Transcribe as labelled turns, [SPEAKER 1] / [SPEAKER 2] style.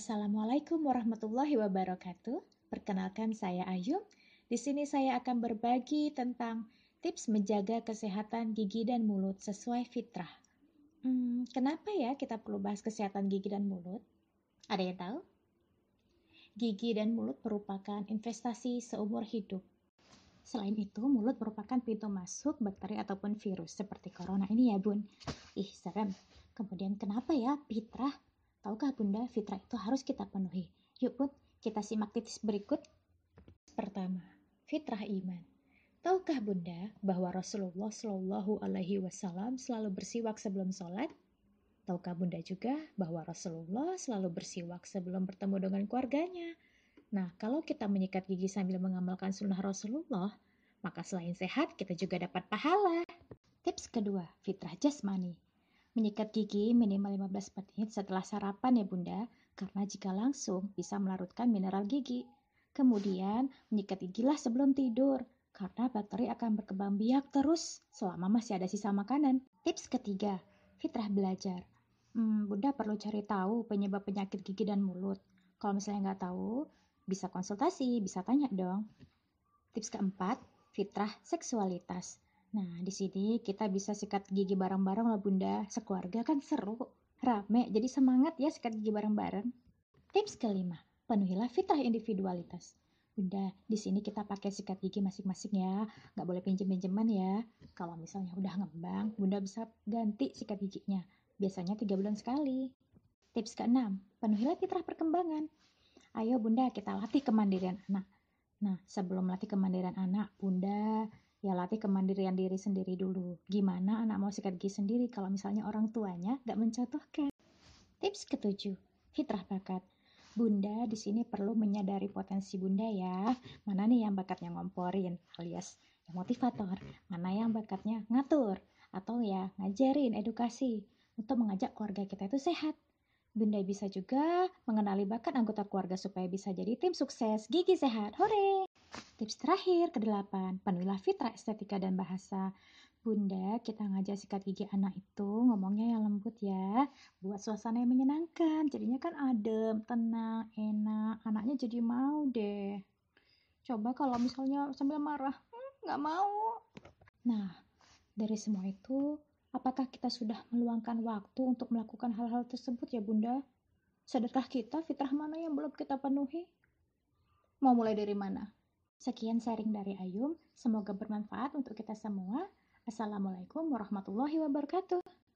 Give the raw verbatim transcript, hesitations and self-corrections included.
[SPEAKER 1] Assalamualaikum warahmatullahi wabarakatuh. Perkenalkan saya Ayu. Di sini saya akan berbagi tentang tips menjaga kesehatan gigi dan mulut sesuai fitrah. Hmm, kenapa ya kita perlu bahas kesehatan gigi dan mulut? Ada yang tahu? Gigi dan mulut merupakan investasi seumur hidup. Selain itu, mulut merupakan pintu masuk bakteri ataupun virus seperti corona ini ya, Bun. Ih, serem. Kemudian kenapa ya fitrah? Tahukah Bunda, fitrah itu harus kita penuhi. Yuk Bun, kita simak tips berikut. Pertama, fitrah iman. Tahukah Bunda bahwa Rasulullah Shallallahu Alaihi Wasallam selalu bersiwak sebelum sholat? Tahukah Bunda juga bahwa Rasulullah selalu bersiwak sebelum bertemu dengan keluarganya? Nah, kalau kita menyikat gigi sambil mengamalkan sunnah Rasulullah, maka selain sehat, kita juga dapat pahala. Tips kedua, fitrah jasmani. Menyikat gigi minimal lima belas menit setelah sarapan ya Bunda, karena jika langsung bisa melarutkan mineral gigi. Kemudian, menyikat gigilah sebelum tidur, karena bakteri akan berkembang biak terus selama masih ada sisa makanan. Tips ketiga, fitrah belajar. Hmm, Bunda perlu cari tahu penyebab penyakit gigi dan mulut. Kalau misalnya nggak tahu, bisa konsultasi, bisa tanya dong. Tips keempat, fitrah seksualitas. Nah, di sini kita bisa sikat gigi bareng-bareng lah Bunda. Sekeluarga kan seru, rame, jadi semangat ya sikat gigi bareng-bareng. Tips kelima, penuhilah fitrah individualitas. Bunda, di sini kita pakai sikat gigi masing-masing ya, nggak boleh pinjem-pinjeman ya. Kalau misalnya udah ngembang, Bunda bisa ganti sikat giginya. Biasanya tiga bulan sekali. Tips keenam, penuhilah fitrah perkembangan. Ayo Bunda, kita latih kemandirian anak. Nah, sebelum latih kemandirian anak, Bunda, ya latih kemandirian diri sendiri dulu. Gimana anak mau sikat gigi sendiri kalau misalnya orang tuanya gak mencontohkan? Tips ketujuh, fitrah bakat. Bunda di sini perlu menyadari potensi Bunda ya. Mana nih yang bakatnya ngomporin alias yang motivator, mana yang bakatnya ngatur atau ya ngajarin edukasi untuk mengajak keluarga kita itu sehat. Bunda bisa juga mengenali bakat anggota keluarga supaya bisa jadi tim sukses gigi sehat. Hore! Tips terakhir, kedelapan, penuhilah fitrah estetika dan bahasa. Bunda, kita ngajak sikat gigi anak itu ngomongnya yang lembut ya, buat suasana yang menyenangkan. Jadinya kan adem, tenang, enak. Anaknya jadi mau deh. Coba kalau misalnya sambil marah, hmm, nggak mau. Nah, dari semua itu, apakah kita sudah meluangkan waktu untuk melakukan hal-hal tersebut ya Bunda? Sadarkah kita fitrah mana yang belum kita penuhi? Mau mulai dari mana? Sekian sharing dari Ayum, semoga bermanfaat untuk kita semua. Assalamualaikum warahmatullahi wabarakatuh.